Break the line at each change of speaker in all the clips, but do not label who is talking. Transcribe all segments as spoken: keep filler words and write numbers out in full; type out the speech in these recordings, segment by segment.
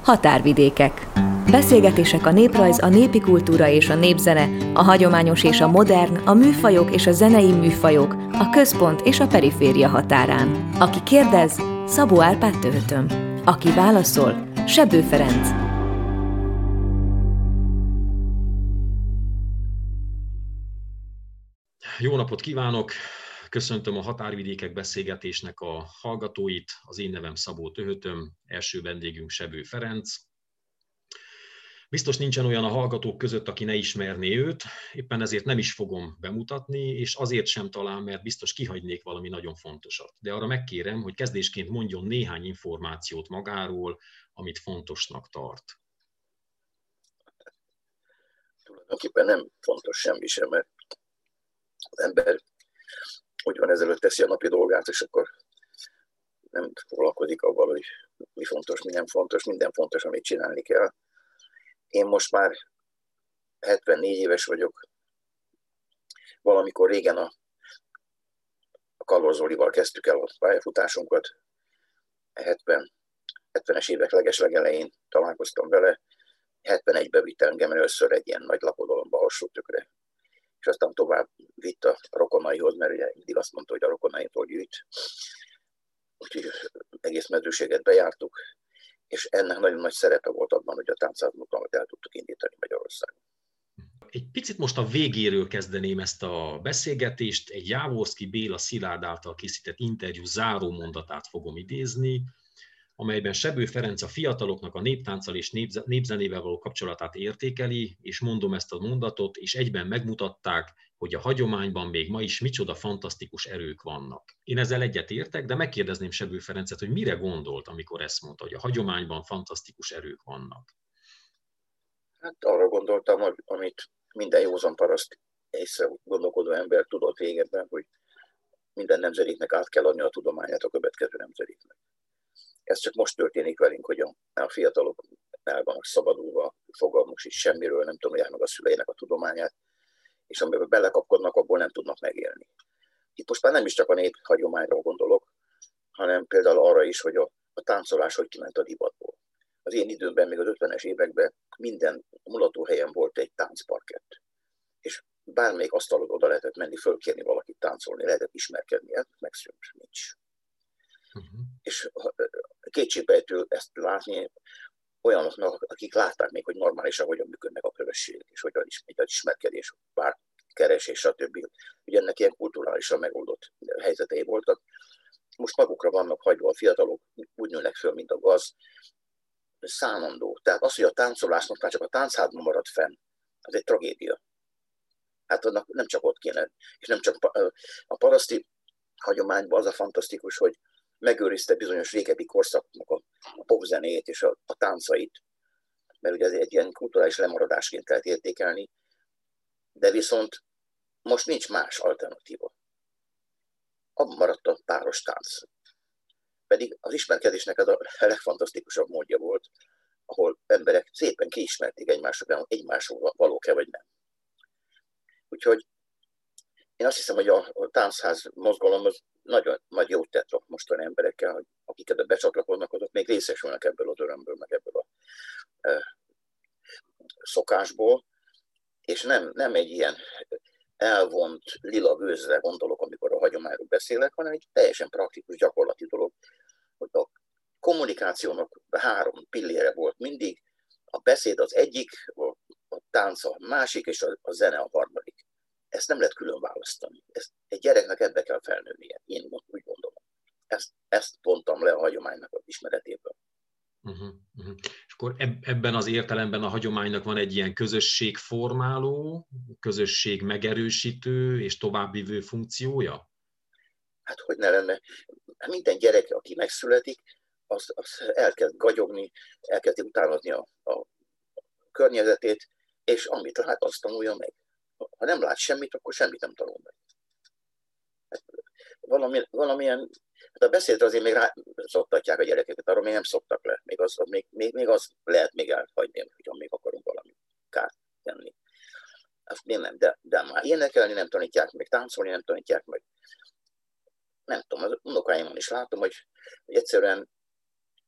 Határvidékek. Beszélgetések a néprajz, a népi kultúra és a népzene, a hagyományos és a modern, a műfajok és a zenei műfajok, a központ és a periféria határán. Aki kérdez, Szabó Árpád Töhötöm. Aki válaszol, Sebő Ferenc.
Jó napot kívánok! Köszöntöm a Határvidékek beszélgetésnek a hallgatóit. Az én nevem Szabó Töhötöm, első vendégünk Sebő Ferenc. Biztos nincsen olyan a hallgatók között, aki ne ismerné őt, éppen ezért nem is fogom bemutatni, és azért sem talán, mert biztos kihagynék valami nagyon fontosat. De arra megkérem, hogy kezdésként mondjon néhány információt magáról, amit fontosnak tart.
Tulajdonképpen nem fontos semmi sem, mert az ember úgy van ezelőtt teszi a napi dolgát, és akkor nem foglalkozik avval, hogy mi fontos, mi nem fontos, minden fontos, amit csinálni kell. Én most már hetvennégy éves vagyok. Valamikor régen a, a Kallor Zolival kezdtük el a pályafutásunkat. hetven, hetvenes évek legeslegelején találkoztam vele. hetvenegyben vitt engem először egy ilyen nagy lakodalomba Alsótökre. És aztán tovább vitt a rokonaihoz, mert ugye mindig azt mondta, hogy a rokonaitól gyűjt. Úgyhogy egész medrűséget bejártuk, és ennek nagyon nagy szerepe volt abban, hogy a táncmozgalmat el tudtuk indítani Magyarországon.
Egy picit most a végéről kezdeném ezt a beszélgetést. Egy Jávorszky Béla Szilárd által készített interjú záró mondatát fogom idézni, amelyben Sebő Ferenc a fiataloknak a néptánccal és népzenével való kapcsolatát értékeli, és mondom ezt a mondatot, és egyben megmutatták, hogy a hagyományban még ma is micsoda fantasztikus erők vannak. Én ezzel egyetértek, de megkérdezném Sebő Ferencet, hogy mire gondolt, amikor ezt mondta, hogy a hagyományban fantasztikus erők vannak.
Hát arra gondoltam, amit minden józan paraszt észre gondolkodó ember tudott régebben, hogy minden nemzedéknek át kell adni a tudományát a következő nemzedéknek. Ez csak most történik velünk, hogy a, a fiatalok el vannak szabadulva, fogalmuk is semmiről, nem tudják meg a szüleinek a tudományát, és amiben belekapkodnak, abból nem tudnak megélni. Itt most már nem is csak a néphagyományról gondolok, hanem például arra is, hogy a, a táncolás hogy kiment a divatból. Az én időmben, még az ötvenes években minden mulatóhelyen volt egy táncparkett. És bármelyik asztalon oda lehetett menni, fölkérni valakit táncolni, lehetett ismerkedni, ez megszűnt, nincs. Uh-huh. És kétségbejtő ezt látni olyanoknak, akik látták még, hogy normálisan hogyan működnek a közösség, és hogyan is egy ismerkedés, bár keresés, stb. Ugye ennek ilyen kulturálisan megoldott helyzetei voltak. Most magukra vannak hagyva a fiatalok, úgy nőnek föl, mint a gaz. Szánandó. Tehát az, hogy a táncolásnak már csak a táncházban marad fenn, az egy tragédia. Hát annak nem csak ott kéne, és nem csak a paraszti hagyományban az a fantasztikus, hogy megőrizte bizonyos régebbi korszaknak a, a popzenét és a, a táncait, mert ugye ez egy ilyen kulturális lemaradásként kellett értékelni, de viszont most nincs más alternatíva. Abban maradt a páros tánc. Pedig az ismerkedésnek az a legfantasztikusabb módja volt, ahol emberek szépen kiismerték egymásra, egymásról valók-e vagy nem. Úgyhogy én azt hiszem, hogy a táncház mozgalom az nagyon nagy jót tett a mostani emberekkel, hogy akiket becsatlakoznak, azok még részesülnek ebből az örömből, meg ebből a e, szokásból, és nem, nem egy ilyen elvont lila gőzre gondolok, amikor a hagyományról beszélek, hanem egy teljesen praktikus, gyakorlati dolog, hogy a kommunikációnak három pillére volt mindig, a beszéd az egyik, a, a tánc a másik, és a, a zene a harmadik. Ezt nem lehet külön választani. Ezt egy gyereknek ebbe kell felnőnie. Én úgy gondolom. Ezt, ezt vontam le a hagyománynak az ismeretéből.
Uh-huh, uh-huh. És akkor ebben az értelemben a hagyománynak van egy ilyen közösségformáló, közösség megerősítő és továbbvivő funkciója?
Hát hogy ne lenne. Minden gyerek, aki megszületik, az, az elkezd gagyogni, elkezdi utánozni a, a környezetét, és amit lát, azt tanulja meg. Ha nem lát semmit, akkor semmit nem tanul meg. Hát valami, valamilyen, hát a beszédre azért még rá szoktatják a gyerekeket, arra még nem szoktak le. Még az, még, még, még az lehet még elhagyni, hogyha még akarunk valami kárt tenni. Azt még nem, de, de már énekelni nem tanítják meg, táncolni nem tanítják meg. Nem tudom, az unokáimon is látom, hogy, hogy egyszerűen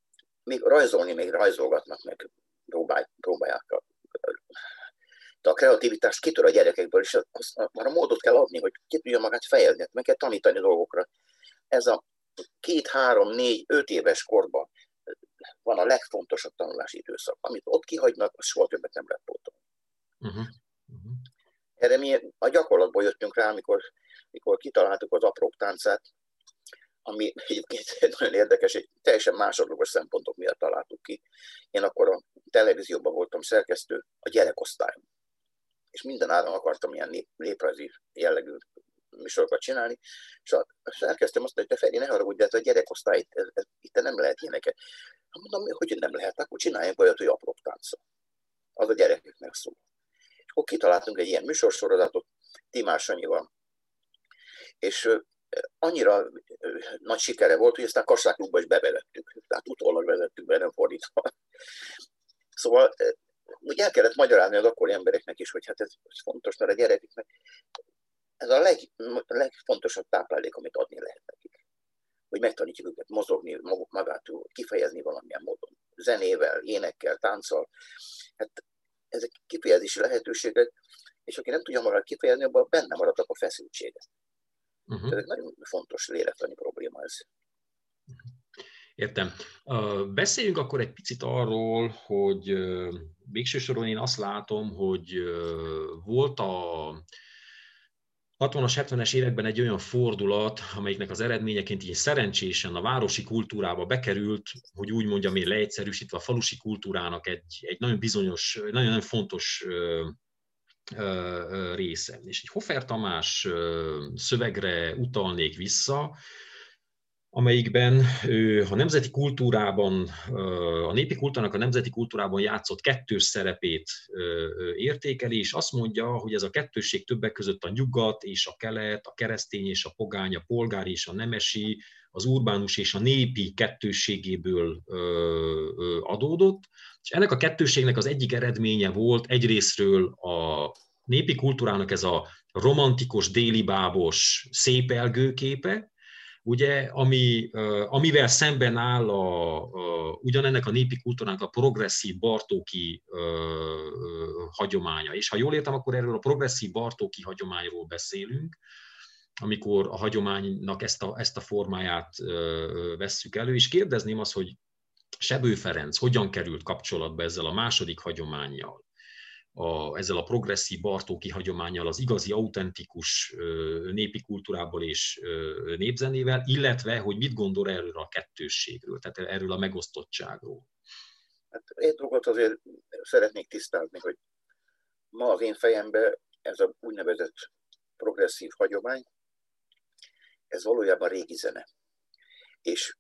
még rajzolni, még rajzolgatnak, meg próbálják, próbálják a, de a kreativitást kitör a gyerekekből, és azt, már a módot kell adni, hogy ki tudja magát fejezni, meg kell tanítani dolgokra. Ez a két, három, négy, öt éves korban van a legfontosabb tanulási időszak. Amit ott kihagynak, az soha többet nem lehet pótolni. Uh-huh. Uh-huh. Erre mi a gyakorlatból jöttünk rá, amikor, amikor kitaláltuk az aprók táncát, ami egyébként nagyon érdekes, egy teljesen másodlagos szempontok miatt találtuk ki. Én akkor a televízióban voltam szerkesztő, a gyerekosztályom. És minden áron akartam ilyen nép, néprajzi jellegű műsorokat csinálni, és a szerkesztőm azt mondta, hogy te Feri, ne haragudj, de hát a gyerekosztály, itt, ez, ez, itt nem lehet ilyeneket. Mondom, hogy nem lehet, akkor csináljunk olyat, hogy aprók tánca. Az a gyerekeknek szól. És akkor kitaláltunk egy ilyen műsorsorozatot, Timás Sanyival. És annyira nagy sikere volt, hogy aztán Kassák Klubba is bevezettük. Tehát utólag vezettük be, nem fordítva. Szóval úgy el kellett magyarázni az akkori embereknek is, hogy hát ez, ez fontos, mert a gyerekeknek ez a leg, legfontosabb táplálék, amit adni lehet nekik. Hogy megtanítjuk őket mozogni, maguk magától, kifejezni valamilyen módon. Zenével, énekkel, tánccal. Hát ezek kifejezési lehetőségek, és aki nem tudja magát kifejezni, abban benne maradtak a feszültségek. Uh-huh. Ez egy nagyon fontos lélektani probléma ez.
Értem. Beszéljünk akkor egy picit arról, hogy végső soron én azt látom, hogy volt a hatvanas, hetvenes években egy olyan fordulat, amelyiknek az eredményeként így szerencsésen a városi kultúrába bekerült, hogy úgy mondjam én leegyszerűsítve a falusi kultúrának egy, egy nagyon bizonyos, nagyon, nagyon fontos része. És egy Hofer Tamás szövegre utalnék vissza, amelyikben ő a nemzeti kultúrában, a népi kultúrának a nemzeti kultúrában játszott kettős szerepét értékeli, és azt mondja, hogy ez a kettősség többek között a nyugat és a kelet, a keresztény és a pogány, a polgári és a nemesi, az urbánus és a népi kettősségéből adódott, és ennek a kettősségnek az egyik eredménye volt egyrészről a népi kultúrának ez a romantikus, délibábos, szépelgő képe, ugye, ami, amivel szemben áll a, a, ugyanennek a népi kultúrának a progresszív bartóki ö, ö, hagyománya. És ha jól értem, akkor erről a progresszív bartóki hagyományról beszélünk, amikor a hagyománynak ezt a, ezt a formáját ö, vesszük elő, és kérdezném azt, hogy Sebő Ferenc hogyan került kapcsolatba ezzel a második hagyománnyal, a, ezzel a progresszív bartóki hagyománnyal, az igazi, autentikus népi kultúrából és népzenével, illetve, hogy mit gondol erről a kettősségről, tehát erről a megosztottságról.
Hát egy dolgot azért szeretnék tisztázni, hogy ma az én fejemben ez a úgynevezett progresszív hagyomány, ez valójában régi zene. És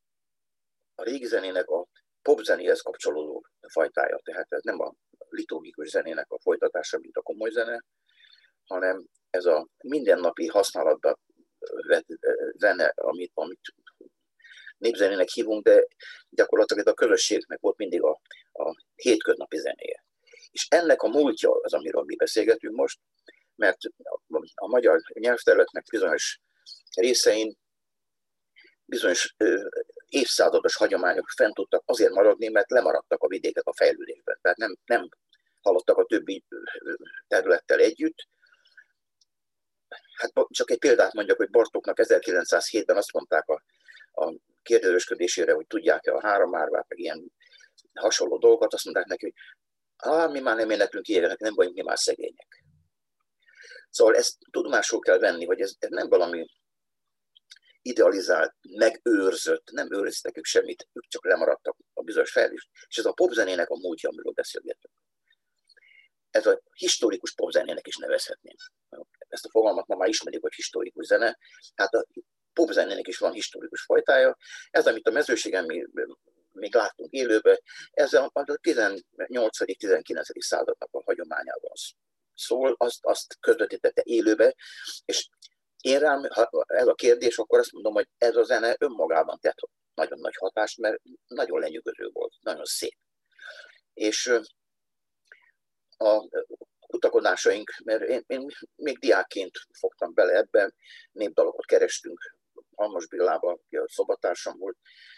a régi zenének a popzenéhez kapcsolódó fajtája, tehát ez nem a liturgikus zenének a folytatása, mint a komoly zene, hanem ez a mindennapi használatban vett zene, amit, amit népzenének hívunk, de gyakorlatilag a közösségnek volt mindig a, a hétköznapi zenéje. És ennek a múltja az, amiről mi beszélgetünk most, mert a magyar nyelvterületnek bizonyos részein bizonyos évszázados hagyományok fent tudtak azért maradni, mert lemaradtak a vidékek a fejlődésben. Tehát nem, nem haladtak a többi területtel együtt. Hát csak egy példát mondjak, hogy Bartóknak ezerkilencszázhétben azt mondták a, a kérdezősködésére, hogy tudják-e a három árvát, meg ilyen hasonló dolgokat, azt mondták neki, hogy ah, mi már nem éneklünk ilyenek, nem vagyunk mi már szegények. Szóval ezt tudomásul kell venni, hogy ez, ez nem valami idealizált, megőrzött, nem őriztek ők semmit, ők csak lemaradtak a bizonyos fejlődés. És ez a popzenének a múltja, amiről beszélgetünk. Ez a historikus popzenének is nevezhetném. Ezt a fogalmat ma már ismerik, hogy historikus zene. Hát a popzenének is van historikus fajtája. Ez, amit a mezőségen mi még láttunk élőben, ez a tizennyolcadik-tizenkilencedik századnak a hagyományában szól, azt, azt közvetítette élőbe, és én rám, ha ez a kérdés, akkor azt mondom, hogy ez a zene önmagában tett nagyon nagy hatást, mert nagyon lenyűgöző volt, nagyon szép. És a kutakodásaink, mert én, én még diákként fogtam bele ebben, népdalokat kerestünk, Halmos Billában, aki a szobatársam volt,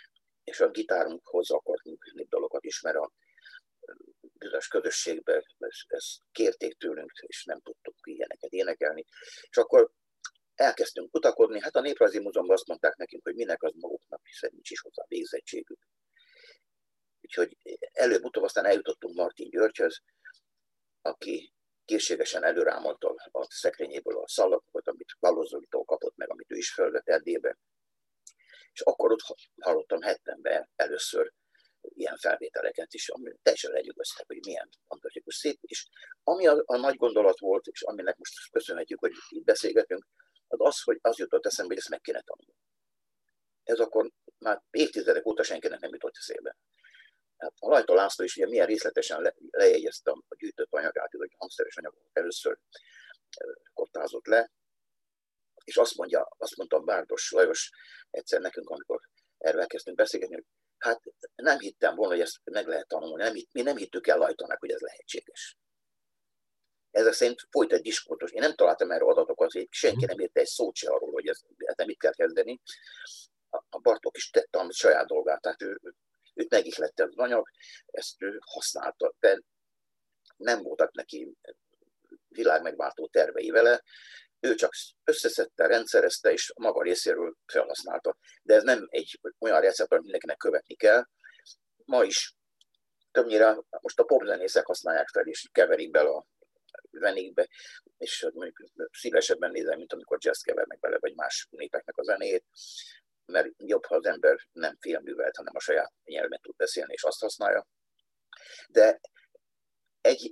és a gitárunkhoz akartunk népdalokat is, mert a bizonyos közösségben ezt, ezt kérték tőlünk, és nem tudtuk ilyeneket énekelni. És akkor elkezdtünk kutakodni, hát a Néprajzi Múzeumban azt mondták nekünk, hogy minek az maguknak, hiszen nincs is hozzá végzettségük. Úgyhogy előbb-utóbb aztán eljutottunk Martin Györgyhöz, aki készségesen előrámolt a szekrényéből a szallagokat, amit Valózolitól kapott meg, amit ő is felvett Erdélybe. És akkor ott hallottam hetvenben először ilyen felvételeket is, ami teljesen legyőztek, hogy milyen fantasztikus szép. És ami a, a nagy gondolat volt, és aminek most köszönhetjük, hogy itt beszélgetünk, az az, hogy az jutott eszembe, hogy ezt meg kéne tanulni. Ez akkor már évtizedek óta senkinek nem jutott eszébe. Hát a Lajta László is ugye milyen részletesen le, lejegyezte a gyűjtött anyagát, hogy a hangszeres anyagot először kottázott le, és azt mondja, azt mondta Bárdos Lajos egyszer nekünk, amikor erről elkezdtünk beszélgetni, hogy hát nem hittem volna, hogy ezt meg lehet tanulni, nem, mi nem hittük el Lajtának, hogy ez lehetséges. Ezek szerint folyt egy diskurzus. Én nem találtam erre adatokat, hogy senki nem érte egy szót se arról, hogy ez, ez mit kell kezdeni. A Bartók is tette a saját dolgát, tehát ő, őt megihlette az anyag, ezt ő használta, de nem voltak neki világmegváltó tervei vele, ő csak összeszedte, rendszerezte, és maga részéről felhasználta. De ez nem egy olyan recept, amit mindenkinek követni kell. Ma is többnyire most a popzenészek használják fel, és keverik bele a zenékbe, és mondjuk szívesebben nézem, mint amikor jazz kevernek bele, vagy más népeknek a zenéjét, mert jobb, ha az ember nem félművelt, hanem a saját nyelven tud beszélni, és azt használja. De egy,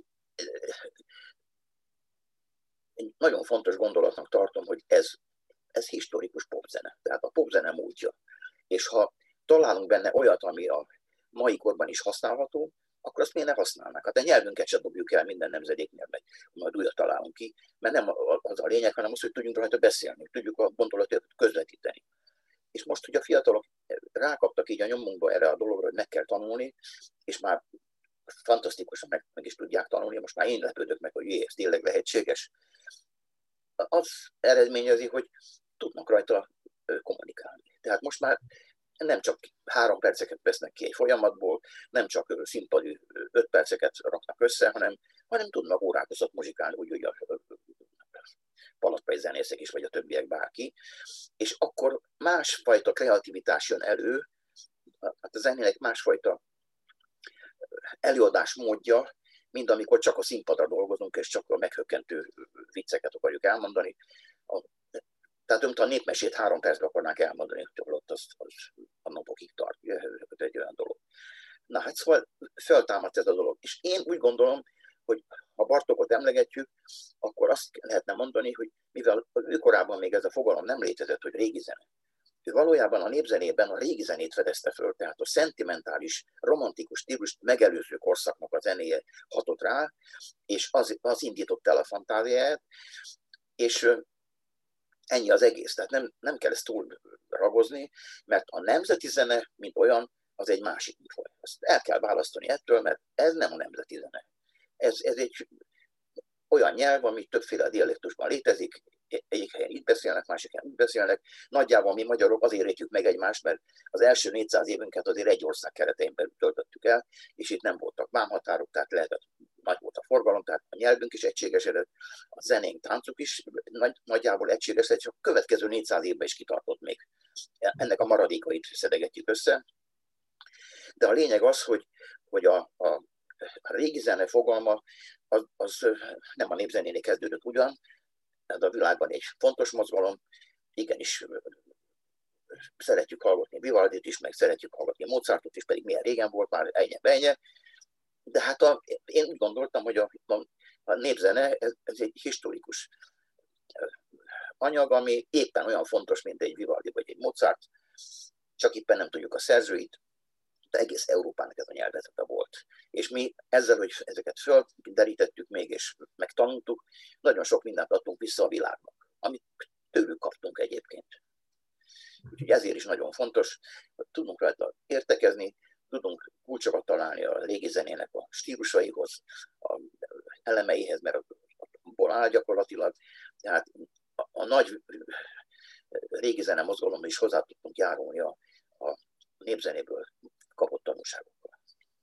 egy nagyon fontos gondolatnak tartom, hogy ez, ez historikus popzene, tehát a popzene múltja. És ha találunk benne olyat, ami a mai korban is használható, akkor azt miért ne használnák? Hát a nyelvünket se dobjuk el minden nemzedéknél, meg majd újat találunk ki, mert nem az a lényeg, hanem az, hogy tudjunk rajta beszélni, tudjuk a gondolatokat közvetíteni. És most, hogy a fiatalok rákaptak így a nyomunkba erre a dologra, hogy meg kell tanulni, és már fantasztikusan meg, meg is tudják tanulni, most már én lepődök meg, hogy jé, ez tényleg lehetséges. Az eredményezi, hogy tudnak rajta kommunikálni. Tehát most már nem csak három perceket vesznek ki egy folyamatból, nem csak színpadi öt perceket raknak össze, hanem, hanem tudnak órákozat muzsikálni, úgy, hogy a palatpai zenészek is, vagy a többiek bárki. És akkor másfajta kreativitás jön elő, hát a zenének másfajta előadás módja, mint amikor csak a színpadra dolgozunk, és csak a meghökkentő vicceket akarjuk elmondani. A, tehát önt a népmesét három percben akarnánk elmondani, hogy ott az, az a napokig tart, egy olyan dolog. Na hát szóval föltámadt ez a dolog. És én úgy gondolom, hogy ha Bartókot emlegetjük, akkor azt lehetne mondani, hogy mivel ő korában még ez a fogalom nem létezett, hogy régi zene. Ő valójában a népzenében a régi zenét fedezte föl, tehát a szentimentális, romantikus stílust megelőző korszaknak a zenéje hatott rá, és az, az indított el a fantáziáját, és ennyi az egész. Tehát nem, nem kell ezt túl ragozni, mert a nemzeti zene, mint olyan, az egy másik műfaj. Ezt el kell választani ettől, mert ez nem a nemzeti zene. Ez, ez egy olyan nyelv, ami többféle dialektusban létezik, egyik helyen így beszélnek, másik helyen úgy beszélnek. Nagyjából mi magyarok azért értjük meg egymást, mert az első négyszáz évünket azért egy ország keretein belül töltöttük el, és itt nem voltak vámhatárok, tehát lehetett, nagy volt a forgalom, tehát a nyelvünk is egységesedett, a zenénk, táncuk is nagy, nagyjából egységesedett, csak a következő négyszáz évben is kitartott még. Ennek a maradékait szedegetjük össze. De a lényeg az, hogy, hogy a, a, a régi zene fogalma az, az nem a népzenénél kezdődött ugyan, de a világban egy fontos mozgalom, igenis szeretjük hallgatni Vivaldit is, meg szeretjük hallgatni Mozartot is, pedig milyen régen volt már, ennye-bennye. De hát a, én úgy gondoltam, hogy a, a, a népzene ez, ez egy historikus anyag, ami éppen olyan fontos, mint egy Vivaldi vagy egy Mozart, csak éppen nem tudjuk a szerzőit, de egész Európának ez a nyelvezete volt. És mi ezzel, hogy ezeket földerítettük még, és megtanultuk, nagyon sok mindent adtunk vissza a világnak, amit tőlük kaptunk egyébként. Úgyhogy ezért is nagyon fontos, hogy tudunk rajta értekezni, tudunk kulcsokat találni a régi zenének a stílusaihoz, a elemeihez, mert abból áll gyakorlatilag. Tehát a, a nagy régi zene mozgalomban is hozzá tudtunk járulni a, a népzenéből kapott tanulságokkal.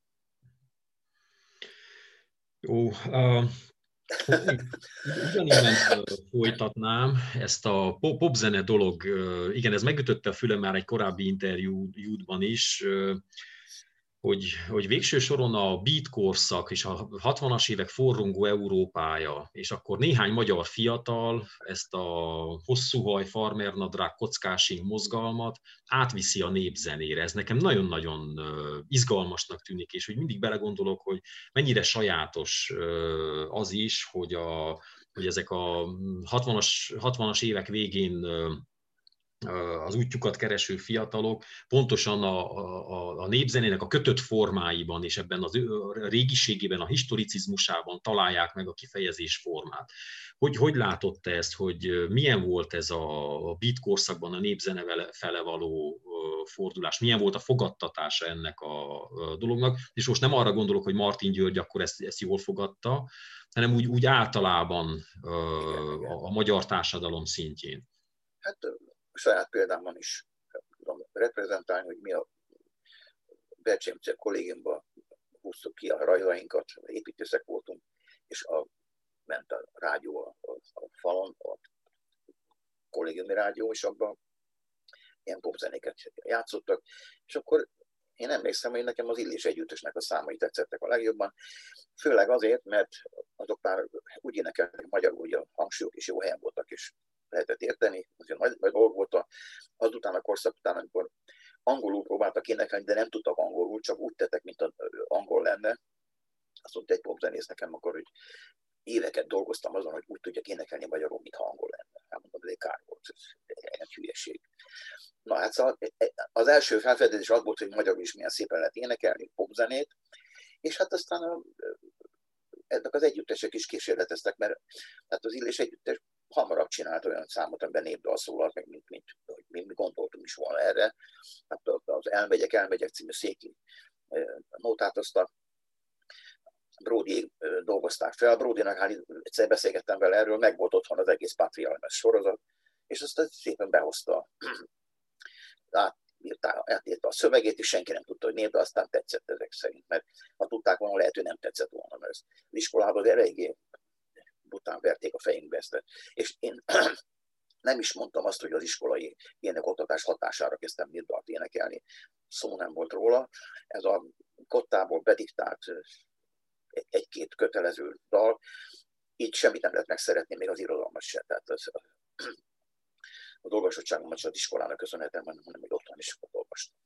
Jó, uh, ugyaninnen folytatnám ezt a popzene dolog. Igen, ez megütötte a fülem már egy korábbi interjúban is, hogy, hogy végső soron a beat korszak és a hatvanas évek forrongó Európája, és akkor néhány magyar fiatal ezt a hosszú haj, farmernadrág, kockásing mozgalmat átviszi a népzenére. Ez nekem nagyon-nagyon izgalmasnak tűnik, és hogy mindig belegondolok, hogy mennyire sajátos az is, hogy, a, hogy ezek a hatvanas, hatvanas évek végén az útjukat kereső fiatalok pontosan a, a, a népzenének a kötött formáiban és ebben az a régiségében, a historicizmusában találják meg a kifejezés formát. Hogy, hogy látott te ezt, hogy milyen volt ez a, a beat korszakban a népzene fele való fordulás, milyen volt a fogadtatása ennek a dolognak, és most nem arra gondolok, hogy Martin György akkor ezt, ezt jól fogadta, hanem úgy, úgy általában a, a magyar társadalom szintjén.
Hát saját példámban is tudom reprezentálni, hogy mi a Bercsémce kollégiumban húztuk ki a rajzainkat, építészek voltunk, és a, ment a rádió a, a, a falon, a kollégiumi rádió, és abban ilyen popzenéket játszottak, és akkor én emlékszem, hogy nekem az Illés együttesnek a számai tetszettek a legjobban, főleg azért, mert azok már úgy énekelnek magyarul, hogy a hangsúlyok is jó helyen voltak, és lehetett érteni, azért nagy, nagy dolog volt azután a korszak után, amikor angolul próbáltak énekelni, de nem tudtak angolul, csak úgy tettek, mint az angol lenne. Azt mondta egy popzenész nekem akkor, hogy éveket dolgoztam azon, hogy úgy tudjak énekelni magyarul, mintha angol lenne. Hát mondom, ez egy kár volt, ez egy hülyeség. Na hát szóval az első felfedezés az volt, hogy magyarul is milyen szépen lehet énekelni popzenét, és hát aztán a, ennek az együttesek is kísérleteztek, mert hát az Illés együttes hamarabb csinált olyan számot, amiben népdal szólalt, meg mint, mint, mint mi gondoltunk is volna erre. Hát az Elmegyek, Elmegyek című széki nótát azt a Brody dolgozták fel. Brodynak hát egyszer beszélgettem vele erről, meg volt otthon az egész Patriarmes sorozat, és azt szépen behozta, átírta, átírta a szövegét, és senki nem tudta, hogy népdal, aztán tetszett ezek szerint, mert ha tudták volna, lehet, hogy nem tetszett volna, mert az iskolában eléggé után verték a fejünkbe ezt. És én nem is mondtam azt, hogy az iskolai énekoktatás hatására kezdtem népdalt énekelni. Szó nem volt róla. Ez a kottából bediktált egy-két kötelező dal, így semmit nem lehet megszeretni, még az irodalmat se. Tehát az, a dolgosottságomat az iskolának köszönhetem, hanem hogy otthon is olvastam.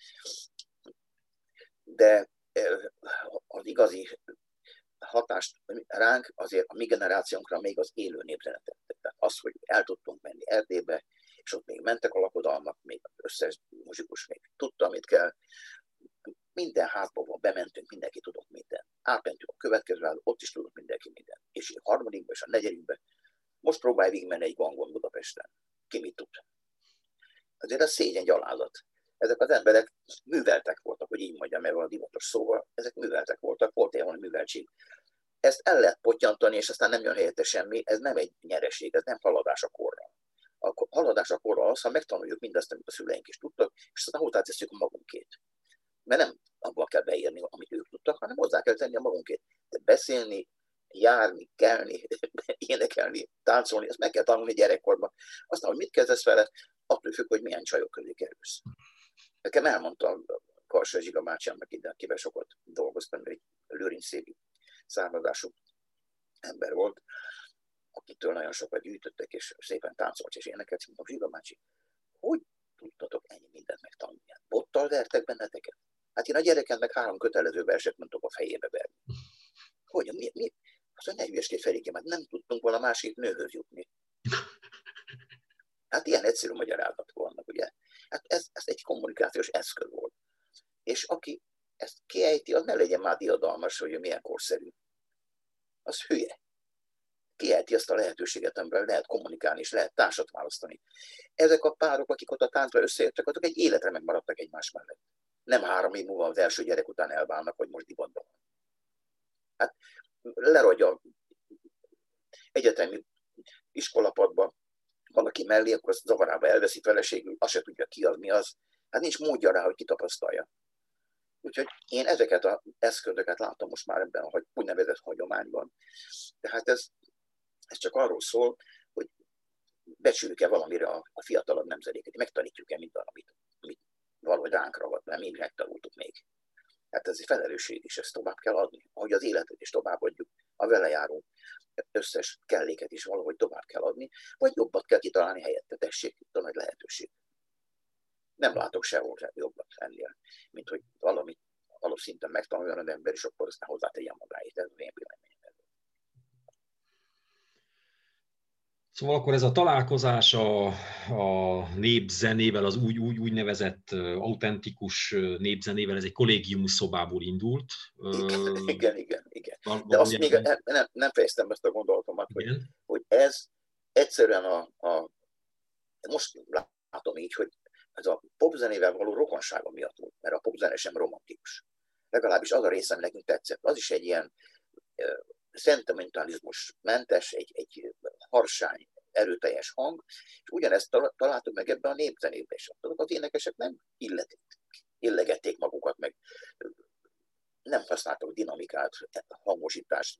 De az igazi hatást ránk azért a mi generációnkra még az élő népzene tette. Tehát az, hogy el tudtunk menni Erdélybe, és ott még mentek a lakodalmak, még az összes muzsikus még tudta, amit kell. Minden házba bementünk, mindenki tudott mindent. Átmentünk a következő házba, ott is tudott mindenki mindent. És a harmadikban és a negyedikben most próbálj végigmenni egy gangon Budapesten. Ki mit tud? Azért ez szégyen gyalázat. Ezek az emberek műveltek voltak, hogy így mondjam, mert van a divatos szóval, ezek műveltek voltak, volt ilyen műveltség. Ezt el lehet pottyantani, és aztán nem jön helyette semmi, ez nem egy nyereség, ez nem haladás a korral. A haladás a korral az, ha megtanuljuk mindazt, amit a szüleink is tudtak, és aztán hozzátesszük a magunkét. Mert nem abban kell beírni, amit ők tudtak, hanem hozzá kell tenni a magunkét. De beszélni, járni, kelni, énekelni, táncolni, ezt meg kell tanulni gyerekkorban. Aztán, hogy mit kezdesz vele, attól függ, hogy milyen csajok közé kerülsz. Nekem elmondta Karsai Zsiga bácsámnak ide, akivel sokat dolgoztam, egy lőrincszéki származású ember volt, akitől nagyon sokat gyűjtöttek, és szépen táncolt és énekelt. Mondtam, Zsiga bácsi, hogy tudtatok ennyi mindent megtanulni? Bottal vertek benneteket? Hát én a gyerekemnek három kötelező verset mondtok a fejébe verni. Hogy, mi, mi? Azt mondja, ne hülyeskedj Ferikém, hát nem tudtunk volna másik nőhöz jutni. Hát ilyen egyszerű magyarázatok vannak, ugye? Hát ez, ez egy kommunikációs eszköz volt. És aki ezt kiejti, az ne legyen már diadalmas, hogy milyen korszerű. Az hülye. Kiejti azt a lehetőséget, amivel lehet kommunikálni, és lehet társat választani. Ezek a párok, akik ott a táncban összejöttek, azok egy életre megmaradtak egymás mellett. Nem három év múlva az első gyerek után elválnak, hogy most divatban van. Hát lerodja egyetemi iskolapadba valaki mellé, akkor az zavarába elveszi feleségül, azt se tudja ki az, mi az. Hát nincs módja rá, hogy kitapasztalja. Úgyhogy én ezeket az eszközöket látom most már ebben a úgynevezett hagyományban. Tehát ez, ez csak arról szól, hogy becsüljük-e valamire a, a fiatalabb nemzedéket, megtanítjuk-e mindent, amit, amit valahogy ránk ragad, mert mi megtanultuk még. Hát ez egy felelősség is, ezt tovább kell adni. Ahogy az életet is továbbadjuk, a vele járó összes kelléket is valahogy tovább kell adni, vagy jobbat kell kitalálni helyette, tessék, itt a nagy lehetőség. Nem látok sehol jobbat ennél, mint hogy valami alapszinten megtanuljon az ember, és akkor aztán hozzátegyen magáit. Ez az én véleményem.
Szóval akkor ez a találkozás a, a népzenével, az úgy, úgy, úgynevezett autentikus népzenével, ez egy kollégium szobából indult.
Igen, igen, igen. igen. De azt még nem, nem fejeztem ezt a gondolatomat, hogy, hogy ez egyszerűen a, a... Most látom így, hogy ez a popzenével való rokonsága miatt volt, mert a popzene sem romantikus. Legalábbis az a részem nekünk tetszett. Az is egy ilyen uh, szentimentalizmus mentes, egy, egy harsány, erőteljes hang, és ugyanezt találtuk meg ebben a népzenében is. Az énekesek nem illetik, illegették magukat, meg nem használtak dinamikát, hangosítást,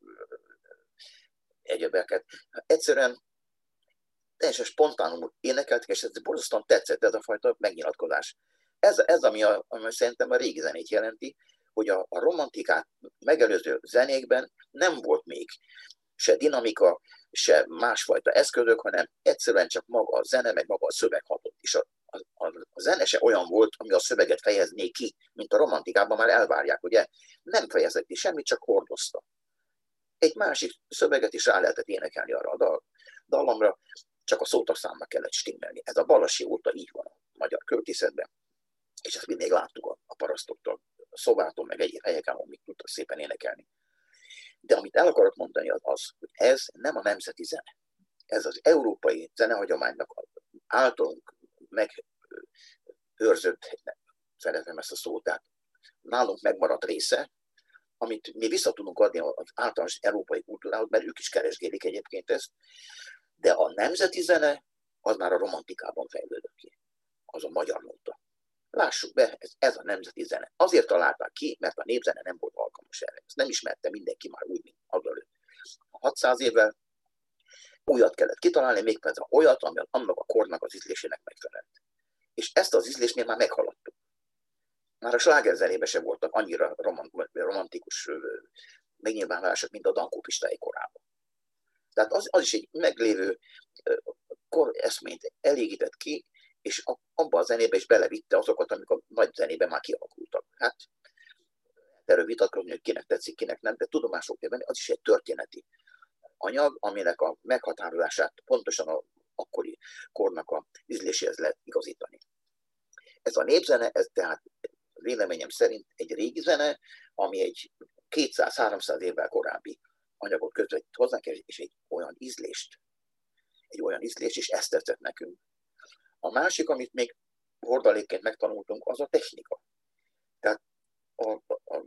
egyebeket. Egyszerűen teljesen spontánul énekeltek, és ez borzasztóan tetszett ez a fajta megnyilatkozás. Ez, ez ami, a, ami szerintem a régi zenét jelenti, hogy a, a romantikát megelőző zenékben nem volt még se dinamika, se másfajta eszközök, hanem egyszerűen csak maga a zene, meg maga a szöveg hatott. És a, a, a zene se olyan volt, ami a szöveget fejezné ki, mint a romantikában már elvárják, ugye? Nem fejezett ki semmit, csak hordozta. Egy másik szöveget is rá lehetett énekelni arra a dal, dallamra, csak a szótagszámnak kellett stimmelni. Ez a Balassi óta így van a magyar költészetben, és ezt mi még láttuk a, a parasztoktól, a szobától, meg egyéb helyeken, ahol még tudtak szépen énekelni. De amit el akarok mondani az az, hogy ez nem a nemzeti zene. Ez az európai zenehagyománynak általunk megőrzött, szeretem ezt a szót, tehát nálunk megmaradt része, amit mi vissza tudunk adni az általános európai kultúrához, mert ők is keresgélik egyébként ezt, de a nemzeti zene az már a romantikában fejlődött ki. Az a magyar nóta. Lássuk be, ez, ez a nemzeti zene. Azért találták ki, mert a népzene nem volt alkalmas erre. Ezt nem ismerte mindenki már úgy, mint azelőtt. hatszáz évvel újat kellett kitalálni, mégpedig olyat, ami annak a kornak az ízlésének megfelelt. És ezt az ízlést mi már meghaladtuk. Már a slágerzenében sem voltak annyira romantikus megnyilvánulások, mint a Dankó Pistái korában. Tehát az, az is egy meglévő kor eszményt elégített ki, és abban a zenébe is belevitte azokat, amik a nagy zenében már kialakultak. Hát erről vitatkozni, hogy kinek tetszik, kinek nem, de tudomásul kell venni, az is egy történeti anyag, aminek a meghatározását pontosan a akkori kornak a ízléséhez lehet igazítani. Ez a népzene, ez tehát véleményem szerint egy régi zene, ami egy kétszáz-háromszáz évvel korábbi anyagot közvetít hozzánk, és egy olyan ízlést, egy olyan ízlést, és ezt tetszett nekünk. A másik, amit még hordalékként megtanultunk, az a technika. Tehát a, a, a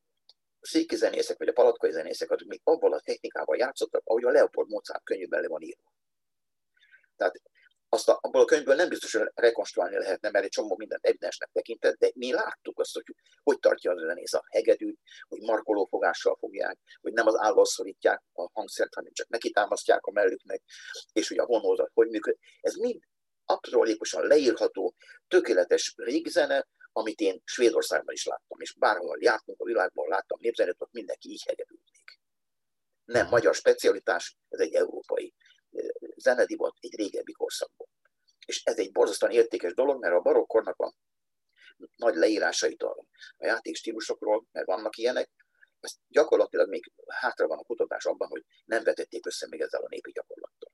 széki zenészek, vagy a palatkai zenészek, azok még abban a technikával játszottak, ahogy a Leopold Mozart könyvben le van írva. Tehát azt a, abból a könyvből nem biztos, hogy rekonstruálni lehetne, mert egy csomó mindent evidensnek tekintett, de mi láttuk azt, hogy hogy tartja az a zenész a hegedűt, hogy markolófogással fogják, hogy nem az állal szorítják a hangszert, hanem csak neki támasztják a mellüknek, és hogy a vonózat hogy működik. Ez mind aprólékosan leírható, tökéletes régi zene, amit én Svédországban is láttam, és bárhol jártunk a világban, láttam népzenét, ott mindenki így hegedült még. Nem magyar specialitás, ez egy európai zenedivat egy régebbi korszakból. És ez egy borzasztóan értékes dolog, mert a barokkornak a nagy leírásait a, a játékstílusokról, mert vannak ilyenek, ez gyakorlatilag még hátra van a kutatás abban, hogy nem vetették össze még ezzel a népi gyakorlattal.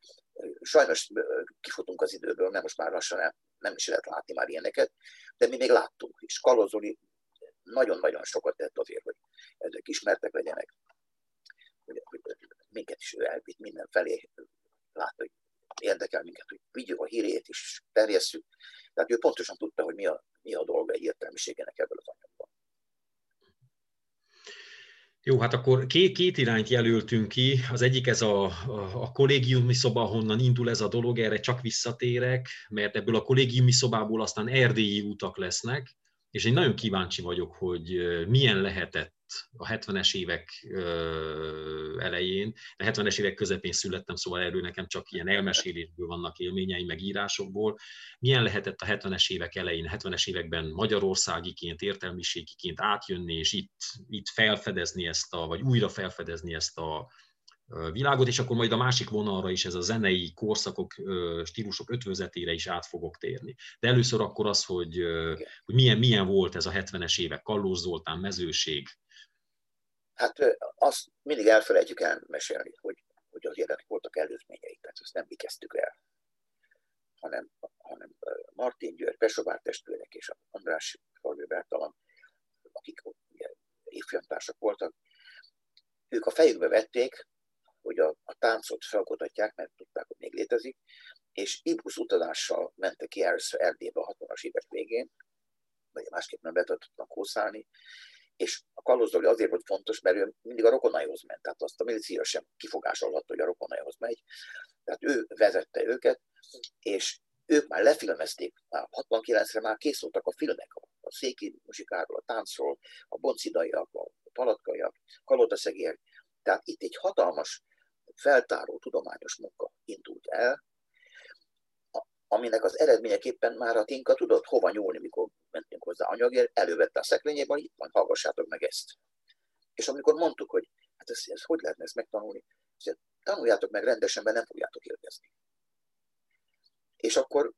Sajnos kifutunk az időből, mert most már lassan el, nem is lehet látni már ilyeneket, de mi még láttunk, és Kalóz Zoli nagyon-nagyon sokat tett azért, hogy ezek ismertek legyenek, hogy, hogy minket is ő elvitt mindenfelé, látta, hogy érdekel minket, hogy vigyük a hírét is, terjesszük. Tehát ő pontosan tudta, hogy mi a, mi a dolga egy értelmiségének ebből az anyagban.
Jó, hát akkor két, két irányt jelöltünk ki. Az egyik ez a, a, a kollégiumi szoba, honnan indul ez a dolog, erre csak visszatérek, mert ebből a kollégiumi szobából aztán erdélyi utak lesznek, és én nagyon kíváncsi vagyok, hogy milyen lehetett a hetvenes évek elején, a hetvenes évek közepén születtem, szóval erről nekem csak ilyen elmesélésből vannak élményeim, meg írásokból. Milyen lehetett a hetvenes évek elején, a hetvenes években magyarországiként, értelmiségiként átjönni, és itt, itt felfedezni ezt a, vagy újra felfedezni ezt a világot, és akkor majd a másik vonalra is ez a zenei korszakok, stílusok ötvözetére is át fogok térni. De először akkor az, hogy, hogy milyen, milyen volt ez a hetvenes évek, Kallós Zoltán, Mezőség.
Hát azt mindig elfelejtjük elmesélni, hogy, hogy azért ennek voltak előzményei, tehát azt nem mi kezdtük el, hanem, hanem Martin György, Pesovár testvérek és András Falvő Bertalan, akik ugye évfolyamtársak voltak, ők a fejükbe vették, hogy a, a táncot felkutatják, mert tudták, hogy még létezik, és ibusz utazással mentek ki először Erdélybe a hatvanas évek végén, vagy másképp nem lehetett kószálni, és a Kallós Zoli azért volt fontos, mert ő mindig a rokonaihoz ment, tehát azt a milícia sem kifogásolhatta, hogy a rokonaihoz megy, tehát ő vezette őket, és ők már lefilmezték, már hatvankilencre már készültek a filmek, a széki muzsikáról, a táncról, a boncidaiak, a palatkaiak, kalotaszegélyek, tehát itt egy hatalmas feltáró tudományos munka indult el, aminek az eredményeképpen már a Tinka tudott hova nyúlni, mikor mentünk hozzá anyagért, elővette a szekrényében, itt van, hallgassátok meg ezt. És amikor mondtuk, hogy hát ez, ez hogy lehetne ezt megtanulni, ezt tanuljátok meg rendesen, mert nem fogjátok élvezni. És akkor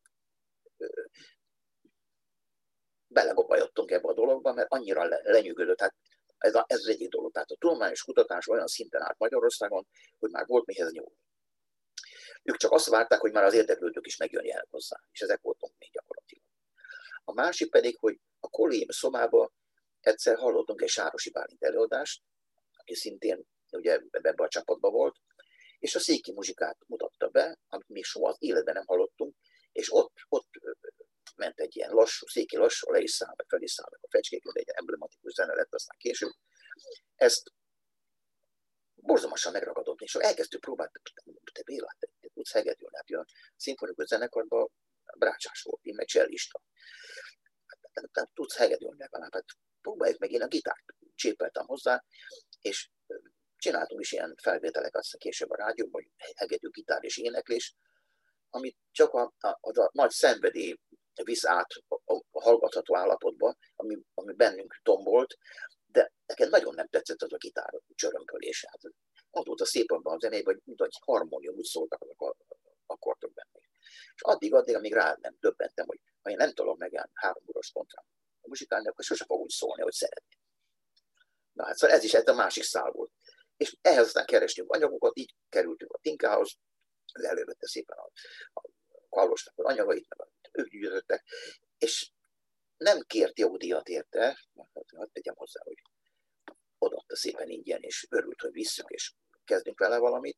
belegobajottunk ebbe a dologba, mert annyira lenyűgözött. Tehát ez, a, ez az egyik dolog. Tehát a tudományos kutatás olyan szinten állt Magyarországon, hogy már volt mihez nyúlni. Ők csak azt várták, hogy már az érdeklődők is megjönjenek hozzá, és ezek voltunk még gyakorlatilag. A másik pedig, hogy a kollégium szobában egyszer hallottunk egy Sárosi Bálint előadást, aki szintén ugye ebben a csapatban volt, és a széki muzsikát mutatta be, amit még soha az életben nem hallottunk, és ott, ott ment egy ilyen lassú, széki lassú, le is szállnak, fel is szállnak a fecskék, de egy emblematikus zene lett aztán később. Ezt borzalmasan megragadott, és elkezdtük próbálni, te Béla, te, te tudsz hegedülni, hát a szimfonikus zenekarban brácsás volt, én meg csellista. Hát, nem tudsz hegedülni legalább, hát próbáljuk meg, én a gitárt csépeltem hozzá, és csináltunk is ilyen felvételeket aztán később a rádióban, hogy hegedű, gitár és éneklés, amit csak a, a, a, a nagy szenvedély visz át a, a hallgatható állapotba, ami, ami bennünk tombolt, de nekem nagyon nem tetszett az a gitár csörömpölés. Hát, az volt a szép abban a zenében, hogy mint egy harmónium, úgy szóltak azok a akkordok benne. És addig, addig, amíg rá nem döbbentem, hogy ha én nem tudom meg három órás kontrán a muzsikálni, akkor sose fog úgy szólni, hogy szeretném. Na hát szóval ez is egy a másik szál volt. És ehhez aztán kerestünk anyagokat, így kerültünk a Tinkához, elővette szépen a, a Kallósnak az anyagait, meg ők gyűjtöttek, és nem kért jogdíjat érte, hadd tegyem hozzá, hogy odaadta szépen ingyen, és örült, hogy visszük, és kezdünk vele valamit.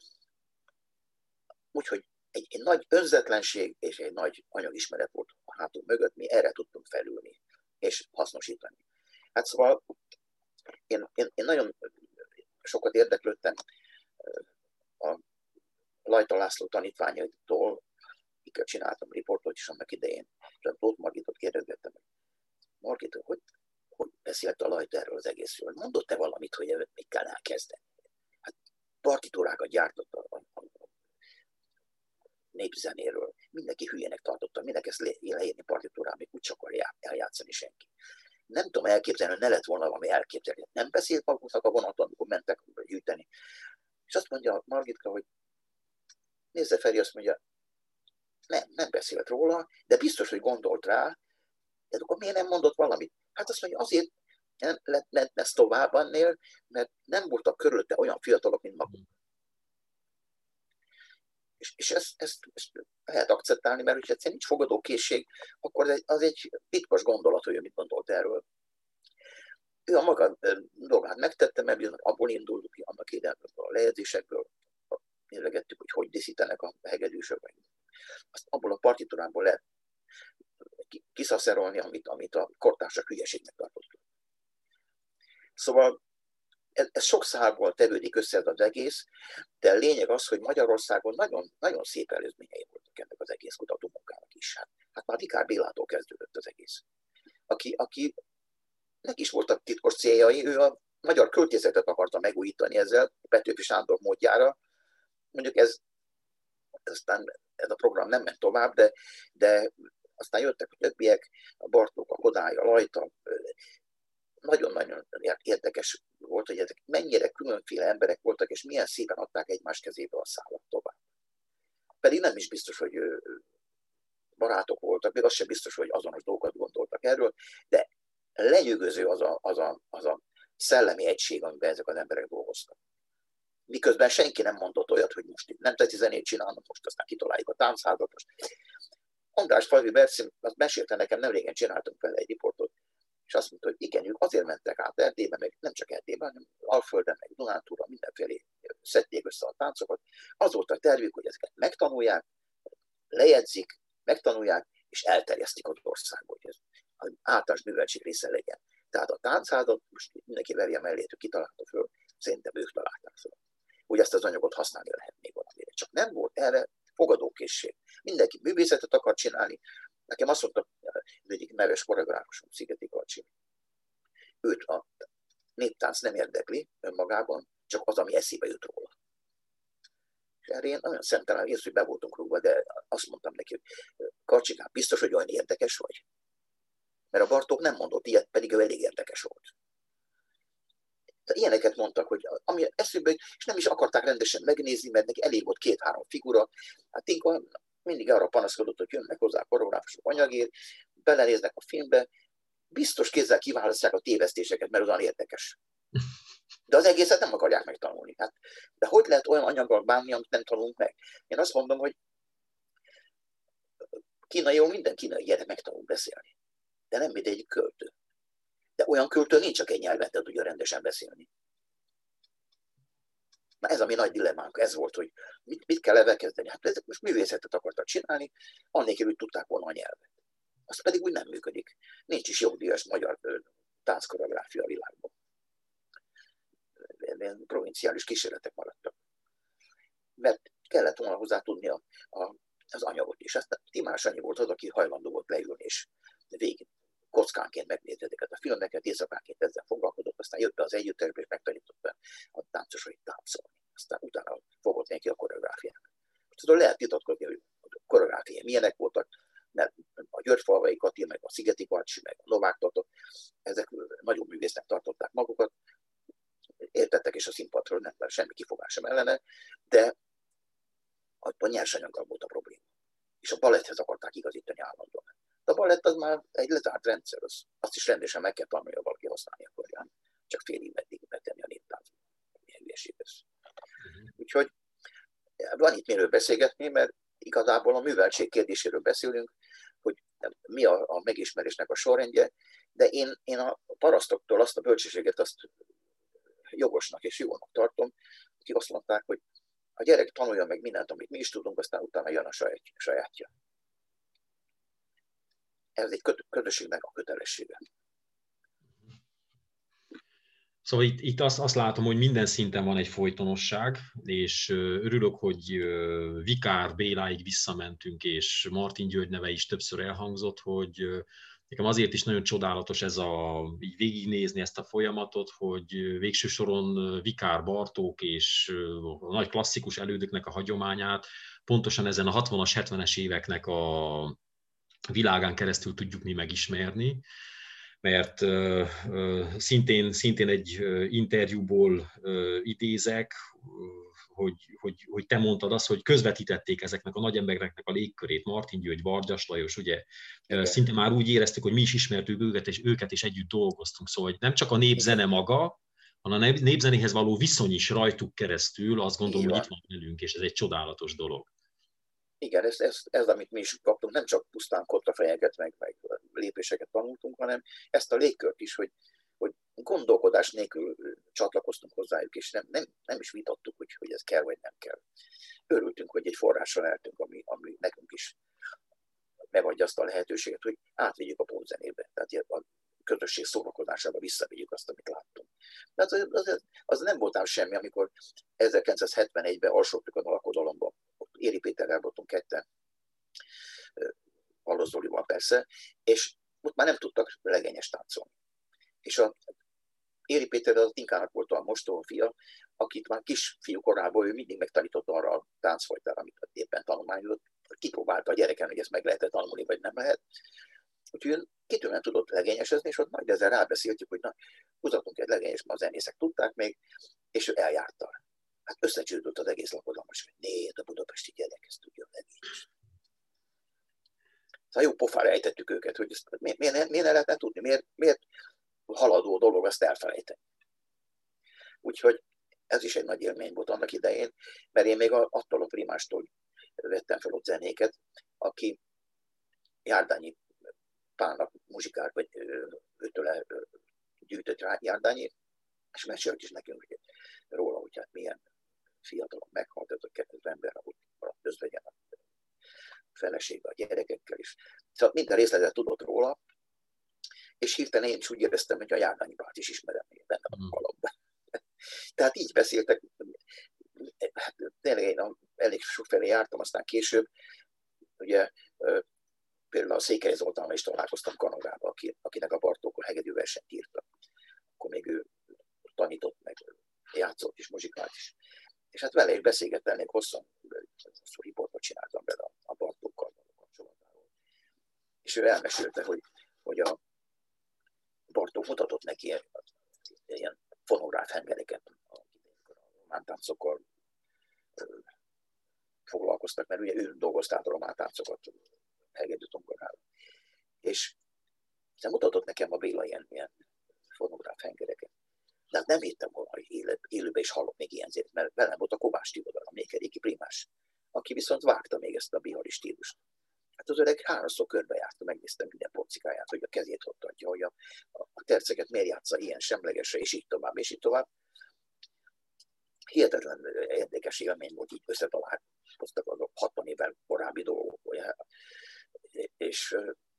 Úgyhogy egy, egy nagy önzetlenség és egy nagy anyagismeret volt a hátunk mögött, mi erre tudtunk felülni, és hasznosítani. Hát szóval én, én, én nagyon sokat érdeklődtem a Lajta László tanítványaitól, akikkel csináltam riportot is annak idején, és a Tóth Margitot kérdezgettem, hogy Margit, hogy, hogy beszélt a Lajta erről az egészről? Mondott-e valamit, hogy mit kell elkezdeni? Hát partitúrákat gyártott a, a, a népzenéről. Mindenki hülyének tartotta, mindenki ezt leírni partitúrán, még úgy csak akar eljátszani senki. Nem tudom elképzelni, hogy ne lett volna valami elképzelni. Nem beszélt maguknak a vonaton, amikor mentek gyűjteni. És azt mondja Margitka, hogy nézze Feri, azt mondja, nem, nem beszélt róla, de biztos, hogy gondolt rá, de akkor miért nem mondott valamit? Hát azt mondja, azért nem lett ez tovább annél, mert nem voltak körülötte olyan fiatalok, mint magunk. És, és ezt, ezt, ezt lehet akceptálni, mert hogyha egyszerűen nincs fogadókészség, akkor az egy, az egy pitkos gondolat, hogy ő mit gondolt erről. Ő a maga dolgát megtette, mert abból indultunk ki annak idejéből, a lejegyzésekből, nézegettük, hogy hogy díszítenek a hegedűsök, azt abból a partitúrából lehet kiszaszerolni, amit, amit a kortársak hülyeségnek tartottak. Szóval ez, ez sok szálból tevődik össze ez az egész, de a lényeg az, hogy Magyarországon nagyon, nagyon szép előzményei voltak ennek az egész kutatómunkának is. Hát, hát már Vikár Bélától kezdődött az egész. Aki, aki neki is voltak titkos céljai, ő a magyar költészetet akarta megújítani ezzel, Petőfi Sándor módjára. Mondjuk ez, aztán ez a program nem ment tovább, de, de aztán jöttek a többiek, a Bartók, a Kodály, a Lajta. Nagyon-nagyon érdekes volt, hogy ezek mennyire különféle emberek voltak, és milyen szépen adták egymás kezébe a szállat tovább. Pedig nem is biztos, hogy barátok voltak, még az sem biztos, hogy azonos dolgokat gondoltak erről, de lenyűgöző az a, az a, az a szellemi egység, amiben ezek az emberek dolgoztak. Miközben senki nem mondott olyat, hogy most nemzeti zenét csinálnak, most aztán kitaláljuk a táncházat. András Falvi Berci, azt mesélte nekem, nem régen csináltunk vele egy riportot, és azt mondta, hogy igen, ők azért mentek át Erdélybe, meg nem csak Erdélybe, hanem Alföldön, meg Dunántúra, mindenfélé szedték össze a táncokat. Az volt a tervük, hogy ezeket megtanulják, lejegyzik, megtanulják, és elterjesztik az országba, hogy ez az általános műveltség része legyen. Tehát a táncházat, most mindenki verje mellé, hogy kitalálta föl, szerintem ők találták föl. Hogy ezt az anyagot használni lehet még valamire. Csak nem volt erre fogadókészség. Mindenki művészetet akar csinálni. Nekem azt mondta, az egyik neves koreográfusom, Szigeti Karcsi, őt a néptánc nem érdekli önmagában, csak az, ami eszébe jut róla. És erre én nagyon szemtelen ész, hogy be voltunk rúgva, de azt mondtam neki, hogy Karcsikám, biztos, hogy olyan érdekes vagy? Mert a Bartók nem mondott ilyet, pedig ő elég érdekes volt. Ilyeneket mondtak, hogy ami eszükbe, és nem is akarták rendesen megnézni, mert neki elég volt két-három figura. Hát Tinka mindig arra panaszkodott, hogy jönnek hozzá a koreográfusok anyagért, belenéznek a filmbe, biztos kézzel kiválasztják a tévesztéseket, mert az olyan érdekes. De az egészet nem akarják megtanulni. Hát, de hogy lehet olyan anyaggal bánni, amit nem tanulunk meg? Én azt mondom, hogy kínai jó, minden kínai gyerek megtanul beszélni. De nem mint egy költő. De olyan költő nincs, csak egy nyelvet tudja rendesen beszélni. Na ez a mi nagy dilemmánk, ez volt, hogy mit, mit kell ebben kezdeni. Hát ezek most művészetet akartak csinálni, annélkül, hogy tudták volna a nyelvet. Az pedig úgy nem működik. Nincs is jogdíjas magyar tánckoreográfia a világban. Ilyen provinciális kísérletek maradtak. Mert kellett volna hozzá tudni a, a, az anyagot is. Aztán Timás Annyi volt az, aki hajlandó volt leülni, és végig kockánként megnézni ezeket a filmeket, éjszakánként ezzel foglalkozott, aztán jött be az együttesbe, és megtanította a táncosait táncolni. Aztán utána fogott neki a koreográfiát. Tudod, lehet vitatkozni, hogy a koreográfiai milyenek voltak, mert a Györgyfalvai Kati, meg a Szigeti Karcsi, meg a Novák Tato, ezek nagyon művésznek tartották magukat, értettek is a színpadról, nem, mert semmi kifogás sem ellene, de a nyersanyaggal volt a probléma. És a baletthez akarták igazítani állandóan. De a balett az már egy lezárt rendszer, az, azt is rendesen meg kell tanulni, ha valaki használni akarja. Csak félig meddig betenni a néptáncba. Milyen hülyeség ez. Uh-huh. Úgyhogy van itt miről beszélgetni, mert igazából a műveltség kérdéséről beszélünk, hogy mi a, a megismerésnek a sorrendje, de én, én a parasztoktól azt a bölcsességet azt jogosnak és jónak tartom, akik azt mondták, hogy a gyerek tanulja meg mindent, amit mi is tudunk, aztán utána jön a sajátja. Ez egy közösségnek a kötelessége.
Szóval itt, itt azt, azt látom, hogy minden szinten van egy folytonosság, és örülök, hogy Vikár Béláig visszamentünk, és Martin György neve is többször elhangzott, hogy nekem azért is nagyon csodálatos ez a, így végignézni ezt a folyamatot, hogy végső soron Vikár Bartók és a nagy klasszikus elődöknek a hagyományát pontosan ezen a hatvanas, hetvenes éveknek a világán keresztül tudjuk mi megismerni, mert uh, uh, szintén, szintén egy uh, interjúból uh, idézek, uh, hogy, hogy, hogy te mondtad azt, hogy közvetítették ezeknek a nagy embereknek a légkörét, Martin György, Vargyas Lajos, ugye, uh, szinte már úgy éreztük, hogy mi is ismertük őket, és őket is együtt dolgoztunk, szóval nem csak a népzene maga, hanem a népzenéhez való viszony is rajtuk keresztül, azt gondolom, hogy itt van velünk, és ez egy csodálatos dolog.
Igen, ez, ez, ez, amit mi is kaptunk, nem csak pusztán kotrafejeket, meg, meg lépéseket tanultunk, hanem ezt a légkört is, hogy, hogy gondolkodás nélkül csatlakoztunk hozzájuk, és nem, nem, nem is vitattuk, hogy, hogy ez kell, vagy nem kell. Örültünk, hogy egy forrással eltünk, ami, ami nekünk is megadja azt a lehetőséget, hogy átvigyük a popzenébe, tehát a közösség szórakozásába visszavigyük azt, amit láttunk. Tehát az, az, az nem voltám semmi, amikor ezerkilencszázhetvenegyben Alsótükön a lakodalomban, Éri Péterrel voltunk ketten, Allos Zolival persze, és ott már nem tudtak legényes táncolni. És a Éri Péter az Tinkának volt a mostoha fia, akit már kisfiú korában ő mindig megtanította arra a táncfajtára, amit éppen tanulmányozott, kipróbálta a gyereken, hogy ezt meg lehet tanulni, vagy nem lehet. Úgyhogy kitűnően tudott legényesezni, és ott majd ezzel rábeszéltük, hogy na, húzatunk egy legényes, ma a zenészek tudták még, és ő eljárta. Hát összecsődött az egész lakodalmas, hogy né, a budapesti gyerek ezt tudja legényes. Szóval jó pofára ejtettük őket, hogy ezt miért, miért, miért ne lehetne tudni, miért, miért haladó dolog ezt elfelejteni. Úgyhogy ez is egy nagy élmény volt annak idején, mert én még attól a primástól vettem fel ott zenéket, aki Járdányi Pálnak muzsikált, vagy őtől gyűjtött rá Járdányi, és mesélt is nekünk hogy róla, hogy hát milyen fiatalon meghalt ez a kettő ember, ahogy maradt özvegyen a felesége a gyerekekkel is. Szóval minden részletet tudott róla, és hirtelen én is úgy éreztem, hogy a Járdányi Pált is ismerem még benne a kalapban. Tehát így beszéltek, hát tényleg én elég sokfelé jártam, aztán később, ugye például a Székely Zoltánnal is találkoztam Kanadában, akinek a Bartókon hegedűversenyt írta. Akkor még ő tanított meg, játszott is, muzsikált is. És hát vele is beszélgettem, még hosszan, hosszú riportot csináltam vele a Bartókkal kapcsolatáról. És ő elmesélte, hogy, hogy a Bartók mutatott neki ilyen, ilyen fonográf hengereket, amikor a román táncokkal foglalkoztak, mert ugye ő dolgozta át a román táncokat hegedű tongorával. És mutatott nekem a Béla ilyen, ilyen fonográf hengereket. De hát nem hittem volna, hogy élő, élőben is hallok még ilyen zét, mert velem volt a Kovács Tibor, a mékeréki primás, aki viszont vágta még ezt a bihari stílust. Hát az öreg háromszor körbe járta, megnéztem minden porcikáját, hogy a kezét ott adja, hogy a, a, a terceket miért játsza ilyen semlegesre, és így tovább, és így tovább. Hihetetlen érdekes élmény volt, így összetalálkoztak azok hatvan évvel korábbi dolgok. És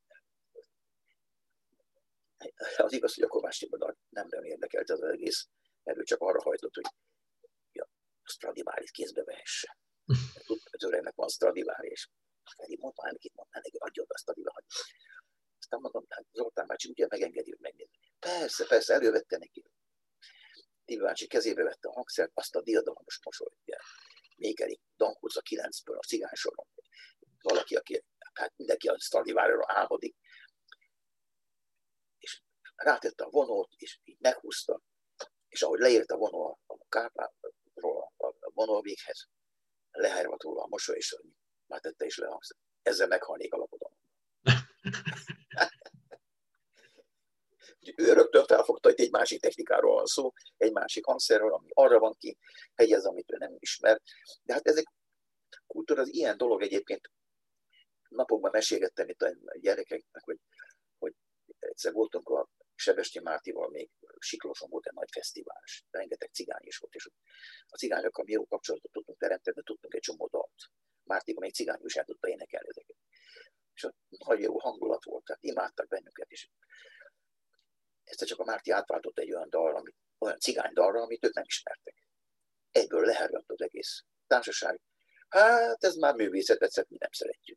az igaz, hogy a Kovács Tibor nem nagyon érdekelt ez az egész, mert ő csak arra hajtott, hogy ja, Stradivárit kézbe vehesse. Az öregnek van Stradivári, és Feri mondta, hogy itt mondta, neki adjon a Stradivárit. Aztán mondom, hát Zoltán bácsi ugye megengedi, hogy megnézni. Persze, persze, elővette neki. Tibi bácsi kezébe vette a hangszert, azt a diadalmas mosolyt. Mékeri, Dankóca kilencből a cigány soron. Valaki, aki, hát mindenki a Stradiváriról álmodik. És rátette a vonót, és így meghúzta, és ahogy leért a vonó a kápáról a vonó véghez, lehervadt róla a mosoly, és már tette is le a hangszert. Ezzel meghalnék a lakodalomban. Ő rögtön felfogta, hogy egy másik technikáról van szó, egy másik hangszerről, ami arra van ki hegyez, amit ő nem ismer. De hát ezek kultúra, az ilyen dolog egyébként. Napokban mesélgettem itt a gyerekeknek, hogy, hogy egyszer voltunk a Sebestyén Mártival, még Siklóson volt egy nagy fesztivál, rengeteg cigány is volt, és a cigányokkal mi jó kapcsolatot tudtunk teremteni, de tudtunk egy csomó dalt. Mártiga még cigányul is el tudta énekelni ezeket. És nagy jó hangulat volt, tehát imádtak bennünket is. Ezt csak a Márti átváltott egy olyan dalra, amit, olyan cigány dalra, amit ők nem ismertek. Egyből lehergadt az egész társaság. Hát ez már művészet, ezt mi nem szeretjük.